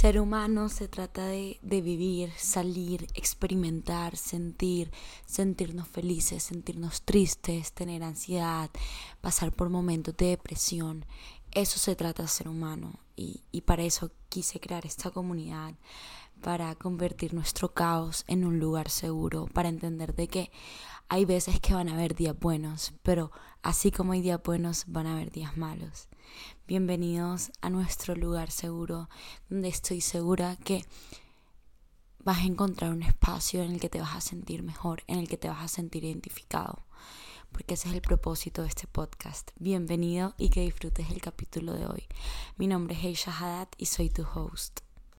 Ser humano se trata de vivir, salir, experimentar, sentirnos felices, sentirnos tristes, tener ansiedad, pasar por momentos de depresión. Eso se trata de ser humano y para eso quise crear esta comunidad, para convertir nuestro caos en un lugar seguro, para entender de que hay veces que van a haber días buenos, pero así como hay días buenos, van a haber días malos. Bienvenidos a nuestro lugar seguro, donde estoy segura que vas a encontrar un espacio en el que te vas a sentir mejor, en el que te vas a sentir identificado, porque ese es el propósito de este podcast. Bienvenido y que disfrutes el capítulo de hoy. Mi nombre es Aisha Haddad y soy tu host.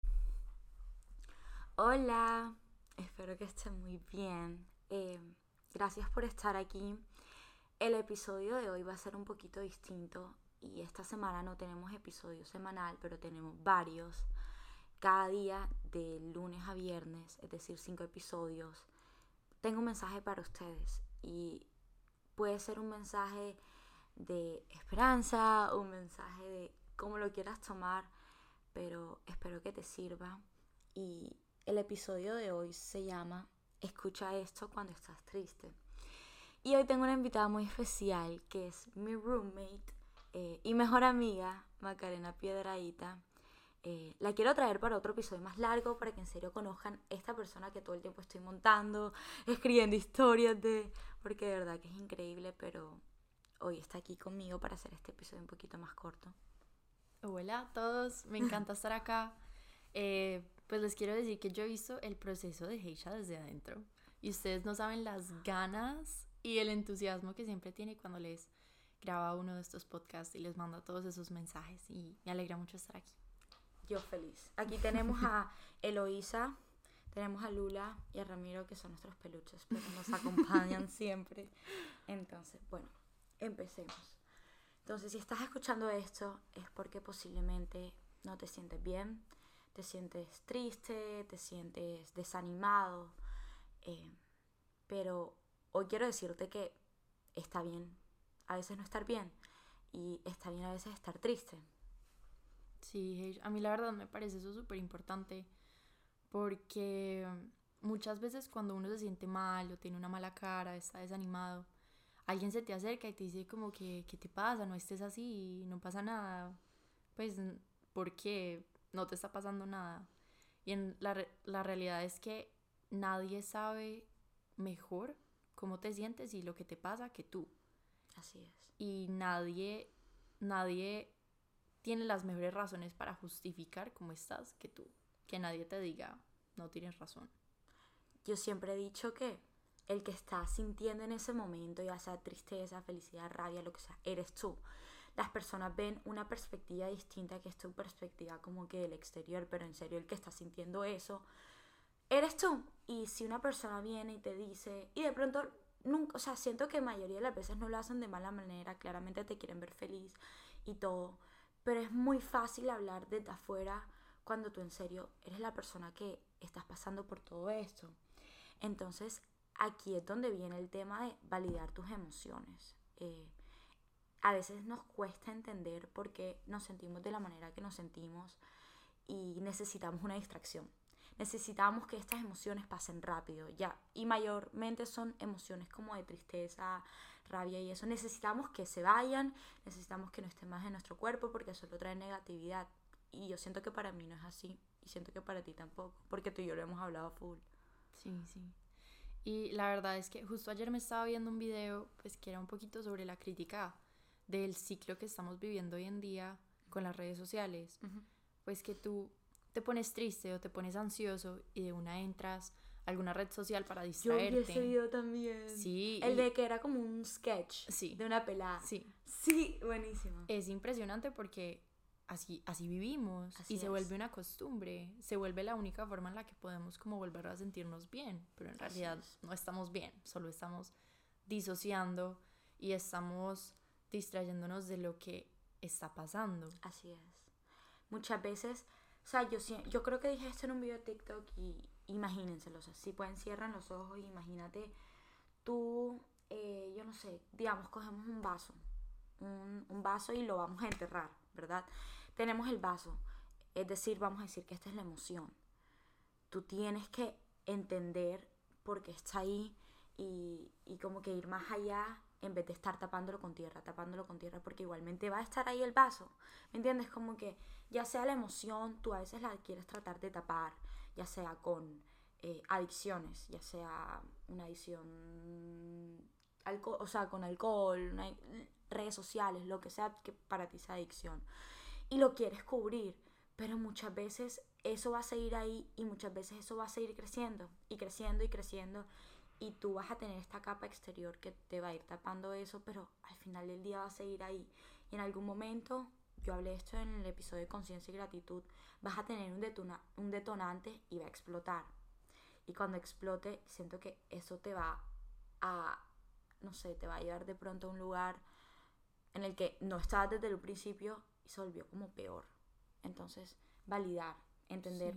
Hola, espero que estén muy bien. Gracias por estar aquí. El episodio de hoy va a ser un poquito distinto y esta semana no tenemos episodio semanal, pero tenemos varios. Cada día de lunes a viernes, es decir, 5 episodios. Tengo un mensaje para ustedes y puede ser un mensaje de esperanza, un mensaje de cómo lo quieras tomar, pero espero que te sirva. Y el episodio de hoy se llama Escucha esto cuando estás triste. Y hoy tengo una invitada muy especial que es mi roommate y mejor amiga, Macarena Piedrahita. La quiero traer para otro episodio más largo para que en serio conozcan esta persona que todo el tiempo estoy montando, escribiendo historias porque de verdad que es increíble, pero hoy está aquí conmigo para hacer este episodio un poquito más corto. Hola a todos, me encanta estar acá. Pues les quiero decir que yo he visto el proceso de Heisha desde adentro y ustedes no saben las ganas y el entusiasmo que siempre tiene cuando les graba uno de estos podcasts y les manda todos esos mensajes y me alegra mucho estar aquí. Yo feliz. Aquí tenemos a Eloísa, tenemos a Lula y a Ramiro, que son nuestros peluches, pero nos acompañan siempre. Entonces, bueno, empecemos. Entonces, si estás escuchando esto, es porque posiblemente no te sientes bien, te sientes triste, te sientes desanimado. Pero hoy quiero decirte que está bien a veces no estar bien y está bien a veces estar triste. Sí, a mí la verdad me parece eso súper importante porque muchas veces cuando uno se siente mal o tiene una mala cara, está desanimado, alguien se te acerca y te dice como que ¿qué te pasa? No estés así, no pasa nada. Pues porque no te está pasando nada. Y la realidad es que nadie sabe mejor cómo te sientes y lo que te pasa que tú. Así es. Y nadie tiene las mejores razones para justificar cómo estás que tú. Que nadie te diga, no tienes razón. Yo siempre he dicho que el que está sintiendo en ese momento, ya sea tristeza, felicidad, rabia, lo que sea, eres tú. Las personas ven una perspectiva distinta que es tu perspectiva como que del exterior, pero en serio el que está sintiendo eso, eres tú. Y si una persona viene y te dice, y de pronto nunca, o sea, siento que la mayoría de las veces no lo hacen de mala manera, claramente te quieren ver feliz y todo, pero es muy fácil hablar desde afuera cuando tú en serio eres la persona que estás pasando por todo esto. Entonces, aquí es donde viene el tema de validar tus emociones. A veces nos cuesta entender por qué nos sentimos de la manera que nos sentimos y necesitamos una distracción. Necesitamos que estas emociones pasen rápido, ya. Y mayormente son emociones como de tristeza, rabia y eso. Necesitamos que se vayan, necesitamos que no estén más en nuestro cuerpo porque solo trae negatividad. Y yo siento que para mí no es así. Y siento que para ti tampoco, porque tú y yo lo hemos hablado full. Sí. Y la verdad es que justo ayer me estaba viendo un video pues que era un poquito sobre la crítica del ciclo que estamos viviendo hoy en día con las redes sociales. Uh-huh. Pues que tú te pones triste o te pones ansioso y de una entras a alguna red social para distraerte. Yo vi ese video también. Sí. El de que era como un sketch sí, de una pelada. Sí. Sí, buenísimo. Es impresionante porque así vivimos así y se es. vuelve una costumbre, se vuelve la única forma en la que podemos como volver a sentirnos bien, pero en realidad no estamos bien, solo estamos disociando y estamos distrayéndonos de lo que está pasando. Así es. Muchas veces, o sea, yo creo que dije esto en un video de TikTok y imagínenselo, o sea, si pueden cierran los ojos y imagínate tú, yo no sé, digamos, cogemos un vaso, un vaso y lo vamos a enterrar, ¿verdad? Tenemos el vaso, Es decir, vamos a decir que esta es la emoción. Tú tienes que entender por qué está ahí y como que ir más allá en vez de estar tapándolo con tierra, porque igualmente va a estar ahí el vaso, ¿me entiendes? Como que ya sea la emoción, tú a veces la quieres tratar de tapar, ya sea con adicciones, ya sea una adicción, o sea, con alcohol, redes sociales, lo que sea que para ti sea adicción, y lo quieres cubrir, pero muchas veces eso va a seguir ahí y muchas veces eso va a seguir creciendo y creciendo y creciendo y tú vas a tener esta capa exterior que te va a ir tapando eso, pero al final del día va a seguir ahí y en algún momento, yo hablé de esto en el episodio de Conciencia y Gratitud, vas a tener un detonante y va a explotar y cuando explote siento que eso te va a, no sé, te va a llevar de pronto a un lugar en el que no estabas desde el principio y se volvió como peor. Entonces, validar, entender Sí.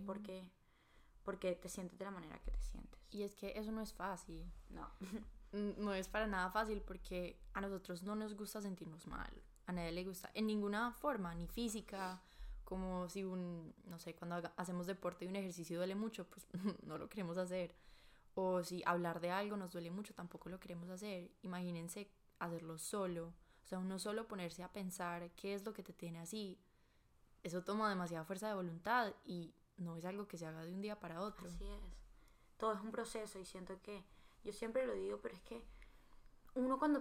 por qué te sientes de la manera que te sientes. Y es que eso no es fácil. No. No es para nada fácil porque a nosotros no nos gusta sentirnos mal. A nadie le gusta, en ninguna forma, ni física, como si no sé, cuando hacemos deporte y un ejercicio duele mucho, pues no lo queremos hacer. O si hablar de algo nos duele mucho, tampoco lo queremos hacer. Imagínense hacerlo solo. O sea, uno solo ponerse a pensar qué es lo que te tiene así. Eso toma demasiada fuerza de voluntad y no es algo que se haga de un día para otro. Así es. Todo es un proceso y siento que, yo siempre lo digo, pero es que uno cuando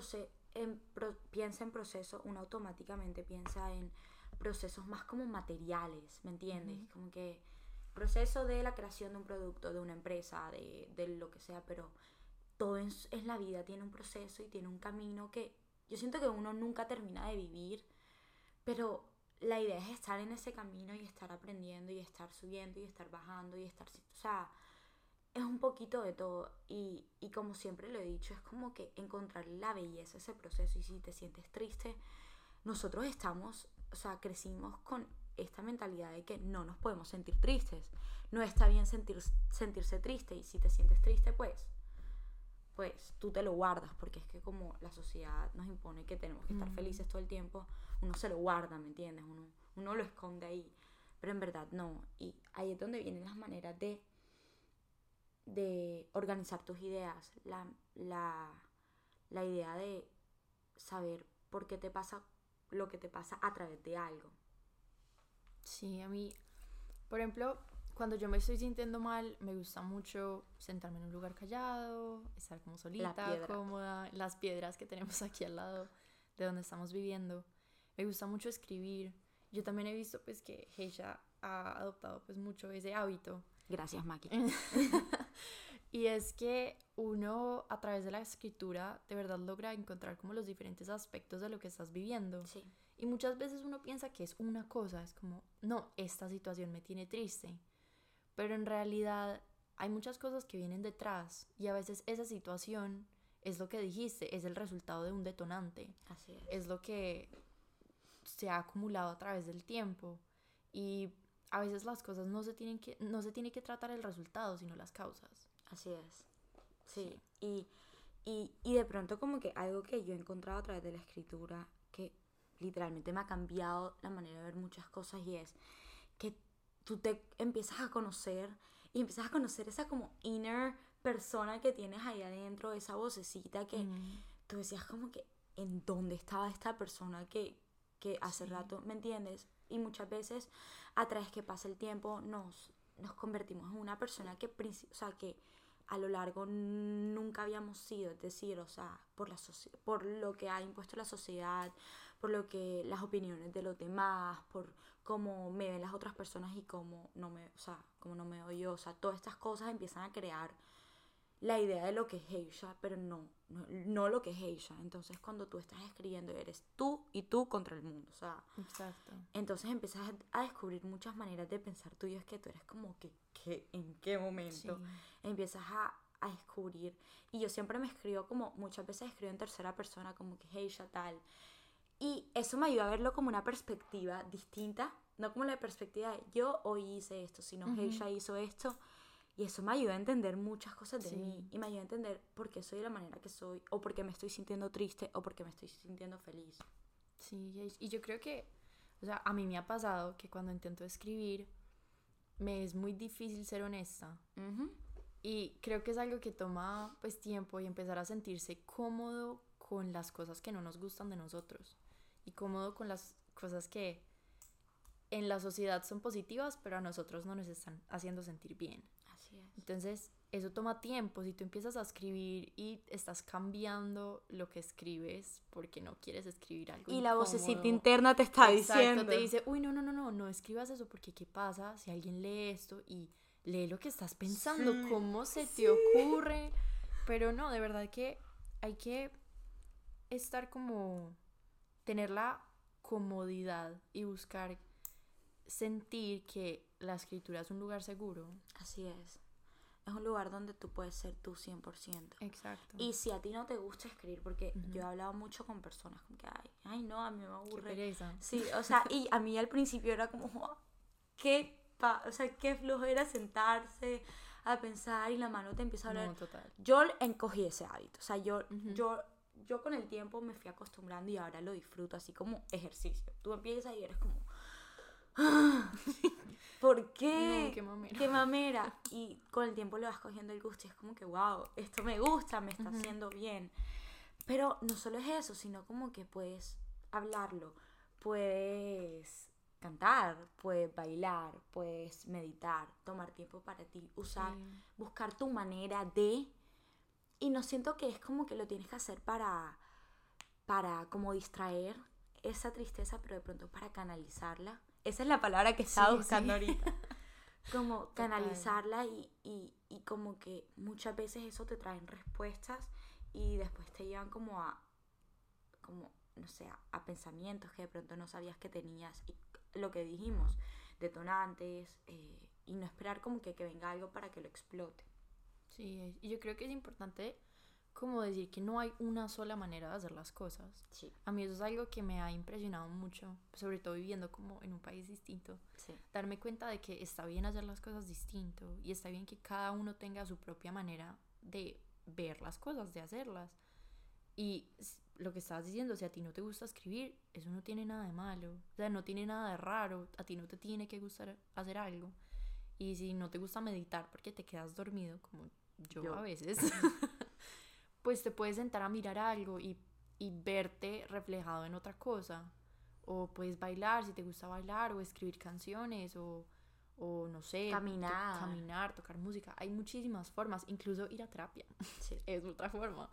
piensa en proceso, uno automáticamente piensa en procesos más como materiales, ¿me entiendes? Uh-huh. Como que proceso de la creación de un producto, de una empresa, de lo que sea, pero todo en la vida tiene un proceso y tiene un camino que yo siento que uno nunca termina de vivir, pero la idea es estar en ese camino y estar aprendiendo y estar subiendo y estar bajando y estar, o sea, es un poquito de todo y como siempre lo he dicho, es como que encontrar la belleza, ese proceso. Y si te sientes triste, nosotros estamos, o sea, crecimos con esta mentalidad de que no nos podemos sentir tristes, no está bien sentirse triste y si te sientes triste pues tú te lo guardas porque es que como la sociedad nos impone que tenemos que estar felices todo el tiempo, uno se lo guarda, ¿me entiendes? Uno lo esconde ahí, pero en verdad no, y ahí es donde vienen las maneras de organizar tus ideas, la idea de saber por qué te pasa lo que te pasa a través de algo. Sí, a mí, por ejemplo, cuando yo me estoy sintiendo mal, me gusta mucho sentarme en un lugar callado, estar como solita, cómoda, las piedras que tenemos aquí al lado de donde estamos viviendo. Me gusta mucho escribir. Yo también he visto pues que Heisha ha adoptado pues mucho ese hábito. Gracias, Maki. Y es que uno a través de la escritura de verdad logra encontrar como los diferentes aspectos de lo que estás viviendo. Sí. Y muchas veces uno piensa que es una cosa, es como, no, esta situación me tiene triste. Pero en realidad hay muchas cosas que vienen detrás y a veces esa situación es lo que dijiste, es el resultado de un detonante. Así es. Es lo que se ha acumulado a través del tiempo y a veces las cosas no se tiene que tratar el resultado, sino las causas. Así es. Sí. Y de pronto como que algo que yo he encontrado a través de la escritura que literalmente me ha cambiado la manera de ver muchas cosas y es que tú te empiezas a conocer y empiezas a conocer esa como inner persona que tienes ahí adentro, esa vocecita que tú decías como que ¿en dónde estaba esta persona que hace rato, ¿me entiendes? Y muchas veces a través que pasa el tiempo nos convertimos en una persona que a lo largo nunca habíamos sido, es decir, o sea, por lo que ha impuesto la sociedad, por lo que las opiniones de los demás, por cómo me ven las otras personas y cómo no me veo yo, o sea, todas estas cosas empiezan a crear la idea de lo que es Heisha, pero no lo que es Heisha. Entonces cuando tú estás escribiendo eres tú y tú contra el mundo, o sea. Exacto. Entonces empiezas a descubrir muchas maneras de pensar tuyas que tú eres como que ¿en qué momento? Sí. Empiezas a descubrir. Y yo siempre me escribo como, muchas veces escribo en tercera persona como que Heisha tal. Y eso me ayuda a verlo como una perspectiva distinta, no como la perspectiva de yo hoy hice esto, sino Heisha hizo esto. Y eso me ayuda a entender muchas cosas de mí. Y me ayuda a entender por qué soy de la manera que soy. O por qué me estoy sintiendo triste. O por qué me estoy sintiendo feliz. Sí, y yo creo que O sea, a mí me ha pasado que cuando intento escribir, me es muy difícil ser honesta. Ujú. Y creo que es algo que toma pues tiempo y empezar a sentirse cómodo con las cosas que no nos gustan de nosotros. Y cómodo con las cosas que en la sociedad son positivas, pero a nosotros no nos están haciendo sentir bien. Así es. Entonces, eso toma tiempo. Si tú empiezas a escribir y estás cambiando lo que escribes porque no quieres escribir algo Y la vocecita incómodo. interna te está Exacto, diciendo. te dice, uy, no escribas eso porque ¿qué pasa si alguien lee esto y lee lo que estás pensando? Sí, ¿Cómo se sí. te ocurre? Pero no, de verdad que hay que estar como, tener la comodidad y buscar sentir que la escritura es un lugar seguro. Así es. Es un lugar donde tú puedes ser tú 100%. Exacto. Y si a ti no te gusta escribir, porque Ujú. yo he hablado mucho con personas como que, ay, no, a mí me Qué aburre. pereza. Sí, o sea, y a mí al principio era como, "Oh, o sea, qué flojera sentarse a pensar y la mano te empieza a hablar. No, total. Yo encogí ese hábito, o sea, Ujú. yo con el tiempo me fui acostumbrando y ahora lo disfruto así como ejercicio. Tú empiezas y eres como, ¿por qué? No, qué mamera. Qué mamera. Y con el tiempo le vas cogiendo el gusto y es como que, wow, esto me gusta, me está Ujú. haciendo bien. Pero no solo es eso, sino como que puedes hablarlo, puedes cantar, puedes bailar, puedes meditar, tomar tiempo para ti, usar, Sí. buscar tu manera de... Y no siento que es como que lo tienes que hacer para como distraer esa tristeza, pero de pronto para canalizarla. Esa es la palabra que estaba Sí, buscando sí. ahorita. Como Total. canalizarla y como que muchas veces eso te traen respuestas y después te llevan como a, como, no sé, a pensamientos que de pronto no sabías que tenías. Y lo que dijimos, detonantes, y no esperar como que venga algo para que lo explote. Sí, y yo creo que es importante como decir que no hay una sola manera de hacer las cosas. Sí, A mí eso es algo que me ha impresionado mucho, sobre todo viviendo como en un país distinto. sí. Darme cuenta de que está bien hacer las cosas distinto y está bien que cada uno tenga su propia manera de ver las cosas, de hacerlas. Y lo que estabas diciendo, si a ti no te gusta escribir, eso no tiene nada de malo, o sea, no tiene nada de raro, a ti no te tiene que gustar hacer algo. Y si no te gusta meditar porque te quedas dormido, como yo a veces, pues te puedes sentar a mirar algo y verte reflejado en otra cosa. O puedes bailar si te gusta bailar, o escribir canciones, o no sé, Caminar. caminar, tocar música. Hay muchísimas formas, incluso ir a terapia Sí. es otra forma.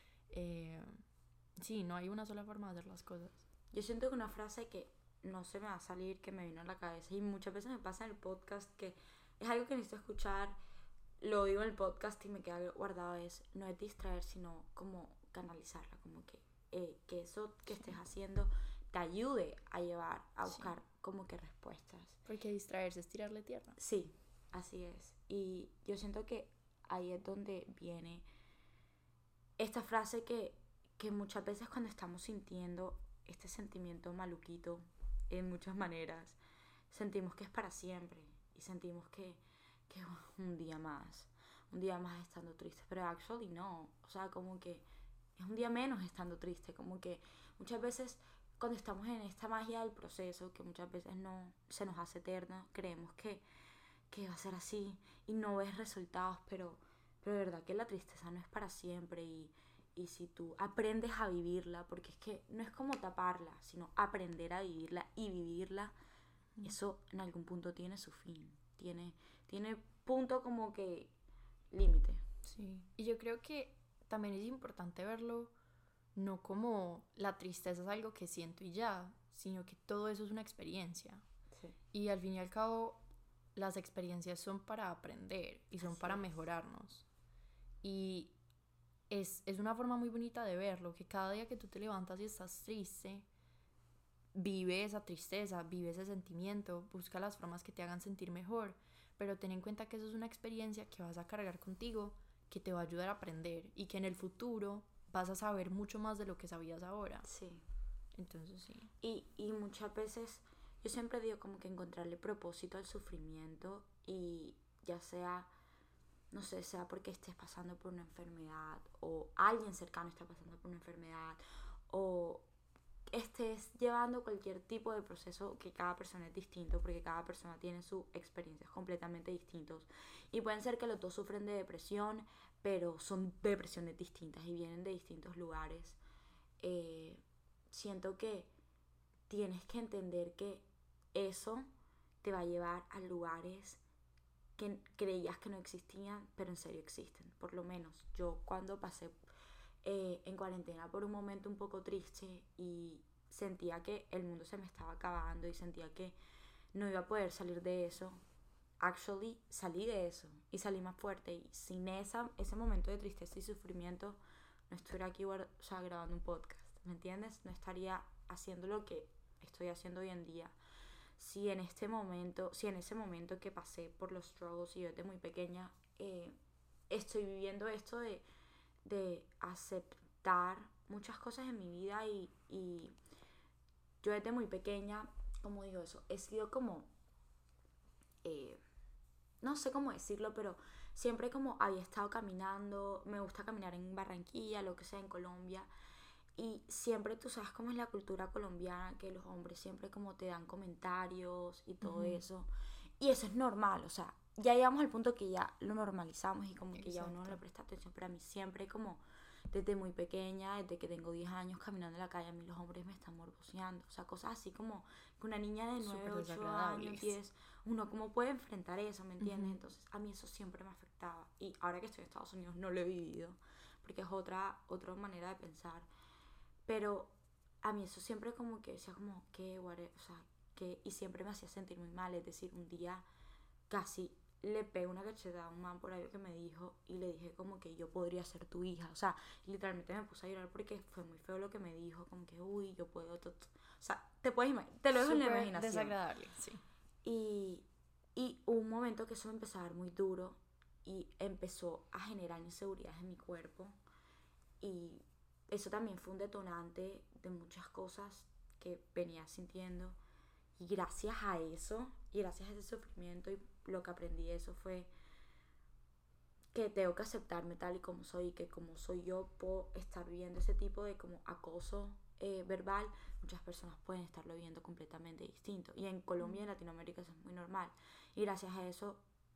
Sí, no hay una sola forma de hacer las cosas. Yo siento que una frase que no se me va a salir, que me vino a la cabeza y muchas veces me pasa en el podcast, que es algo que necesito escuchar, lo digo en el podcast y me queda guardado, es no es distraer, sino como canalizarla, como que eso que estés haciendo te ayude a llevar, a Sí. buscar como que respuestas. Porque distraerse es tirarle tierra. Sí, así es. Y yo siento que ahí es donde viene esta frase que muchas veces cuando estamos sintiendo este sentimiento maluquito en muchas maneras, sentimos que es para siempre y sentimos que un día más estando triste, pero actually no, o sea, como que es un día menos estando triste, como que muchas veces cuando estamos en esta magia del proceso, que muchas veces no se nos hace eterna, creemos que va a ser así y no ves resultados, pero de verdad que la tristeza no es para siempre y si tú aprendes a vivirla, porque es que no es como taparla, sino aprender a vivirla y vivirla, eso en algún punto tiene su fin, tiene punto como que límite. Sí. Y yo creo que también es importante verlo no como la tristeza es algo que siento y ya, sino que todo eso es una experiencia. Sí. Y al fin y al cabo, las experiencias son para aprender y son Así para es. mejorarnos. Y es una forma muy bonita de verlo, que cada día que tú te levantas y estás triste, vive esa tristeza, vive ese sentimiento, busca las formas que te hagan sentir mejor, pero ten en cuenta que eso es una experiencia que vas a cargar contigo, que te va a ayudar a aprender y que en el futuro vas a saber mucho más de lo que sabías ahora. Sí. Entonces sí. Y muchas veces yo siempre digo como que encontrarle propósito al sufrimiento y ya sea, no sé, sea porque estés pasando por una enfermedad o alguien cercano está pasando por una enfermedad o estés llevando cualquier tipo de proceso, que cada persona es distinto, porque cada persona tiene sus experiencias completamente distintos. Y pueden ser que los dos sufren de depresión, pero son depresiones distintas y vienen de distintos lugares. Siento que tienes que entender que eso te va a llevar a lugares que creías que no existían, pero en serio existen. Por lo menos yo cuando pasé en cuarentena por un momento un poco triste y sentía que el mundo se me estaba acabando y sentía que no iba a poder salir de eso, actually salí de eso y salí más fuerte, y sin ese momento de tristeza y sufrimiento no estuviera aquí, o sea, grabando un podcast, ¿me entiendes? No estaría haciendo lo que estoy haciendo hoy en día. Si en ese momento que pasé por los struggles y yo desde muy pequeña estoy viviendo esto de aceptar muchas cosas en mi vida, y yo desde muy pequeña, como digo eso, he sido como, no sé cómo decirlo, pero siempre como había estado caminando, me gusta caminar en Barranquilla, lo que sea, en Colombia, y siempre tú sabes cómo es la cultura colombiana, que los hombres siempre como te dan comentarios y todo eso. Y eso es normal, o sea, ya llegamos al punto que ya lo normalizamos y como que ya uno no le presta atención. Pero a mí siempre como desde muy pequeña, desde que tengo 10 años caminando en la calle, a mí los hombres me están morboseando. O sea, cosas así como que una niña de 9 8 años, 10, uno cómo puede enfrentar eso, ¿me entiendes? Entonces a mí eso siempre me afectaba. Y ahora que estoy en Estados Unidos no lo he vivido, porque es otra manera de pensar. Pero a mí eso siempre como que decía como que, o sea, que, y siempre me hacía sentir muy mal. Es decir, un día casi le pegué una cachetada a un man por algo que me dijo, y le dije como que yo podría ser tu hija. O sea, literalmente me puse a llorar porque fue muy feo lo que me dijo, como que uy, yo puedo o sea, te puedes imaginar, te lo dejo en la imaginación. Desagradable, sí. Y hubo un momento que eso me empezó a dar muy duro y empezó a generar inseguridades en mi cuerpo, y eso también fue un detonante de muchas cosas que venía sintiendo. Y gracias a eso, y gracias a ese sufrimiento, y lo que aprendí de eso fue que tengo que aceptarme tal y como soy, y que como soy yo puedo estar viviendo ese tipo de como acoso verbal. Muchas personas pueden estarlo viviendo completamente distinto, y en Colombia y en Latinoamérica eso es muy normal. Y gracias a eso,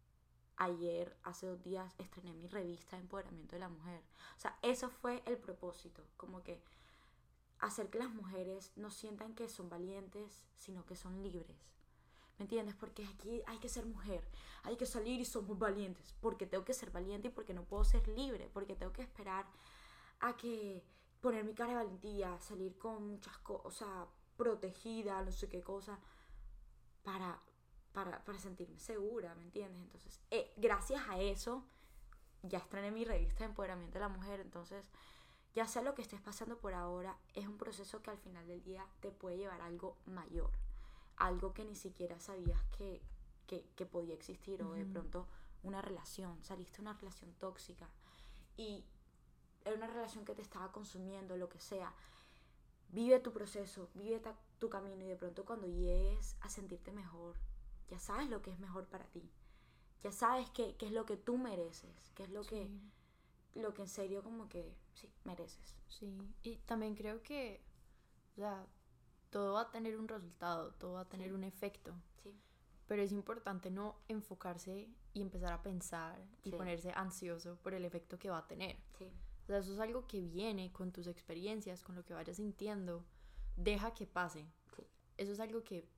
hace 2 días, estrené mi revista de empoderamiento de la mujer. O sea, eso fue el propósito, como que hacer que las mujeres no sientan que son valientes, sino que son libres. ¿Me entiendes? Porque aquí hay que ser mujer, hay que salir y somos valientes. Porque tengo que ser valiente y porque no puedo ser libre, porque tengo que esperar a que poner mi cara de valentía, salir con muchas cosas, o sea, protegida, no sé qué cosa, para, para sentirme segura, ¿me entiendes? Entonces, gracias a eso, ya estrené mi revista de empoderamiento de la mujer. Entonces, ya sea lo que estés pasando por ahora, es un proceso que al final del día te puede llevar a algo mayor, algo que ni siquiera sabías que podía existir. O de pronto una relación, saliste de una relación tóxica y era una relación que te estaba consumiendo, lo que sea. Vive tu proceso, vive tu camino, y de pronto cuando llegues a sentirte mejor, ya sabes lo que es mejor para ti, ya sabes qué es lo que tú mereces, qué es lo que en serio como que sí, mereces. Sí, y también creo que, o sea, todo va a tener un resultado, todo va a tener un efecto. Sí. Pero es importante no enfocarse y empezar a pensar y ponerse ansioso por el efecto que va a tener. Sí. O sea, eso es algo que viene con tus experiencias, con lo que vayas sintiendo. Deja que pase. Sí. Eso es algo que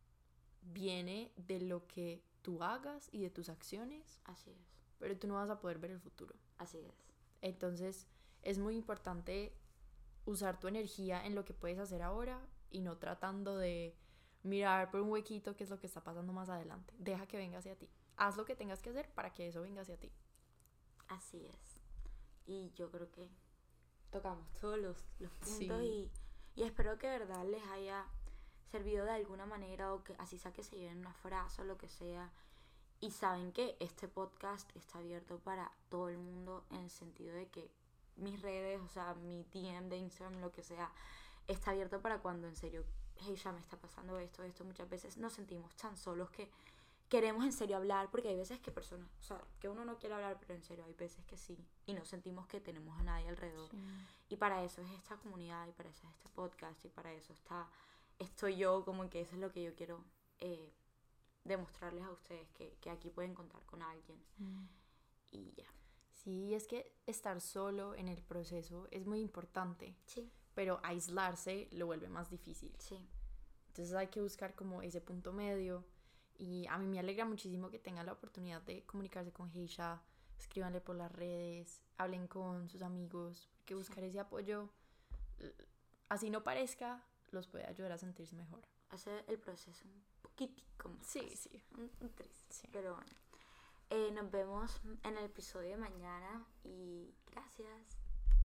viene de lo que tú hagas y de tus acciones. Así es. Pero tú no vas a poder ver el futuro. Así es. Entonces, es muy importante usar tu energía en lo que puedes hacer ahora y no tratando de mirar por un huequito qué es lo que está pasando más adelante. Deja que venga hacia ti. Haz lo que tengas que hacer para que eso venga hacia ti. Así es. Y yo creo que tocamos todos los puntos. Sí. Y espero que de verdad les haya servido de alguna manera, o que así sea que se lleven una frase o lo que sea. Y saben que este podcast está abierto para todo el mundo, en el sentido de que mis redes, o sea, mi DM de Instagram, lo que sea, está abierto para cuando en serio, hey, ya me está pasando esto. Muchas veces nos sentimos tan solos que queremos en serio hablar, porque hay veces que personas, o sea, que uno no quiere hablar, pero en serio hay veces que sí, y no sentimos que tenemos a nadie alrededor. Sí. Y para eso es esta comunidad, y para eso es este podcast, y para eso estoy yo, como que eso es lo que yo quiero demostrarles a ustedes, que aquí pueden contar con alguien. Y ya. Sí, es que estar solo en el proceso es muy importante, Sí, pero aislarse lo vuelve más difícil. sí. Entonces hay que buscar como ese punto medio. Y a mí me alegra muchísimo que tengan la oportunidad de comunicarse con Geisha, escríbanle por las redes, hablen con sus amigos, porque buscar ese apoyo, así no parezca, los puede ayudar a sentirse mejor. Hace el proceso un poquitico más Sí, fácil, sí. un triste, Sí. pero bueno. Nos vemos en el episodio de mañana y gracias.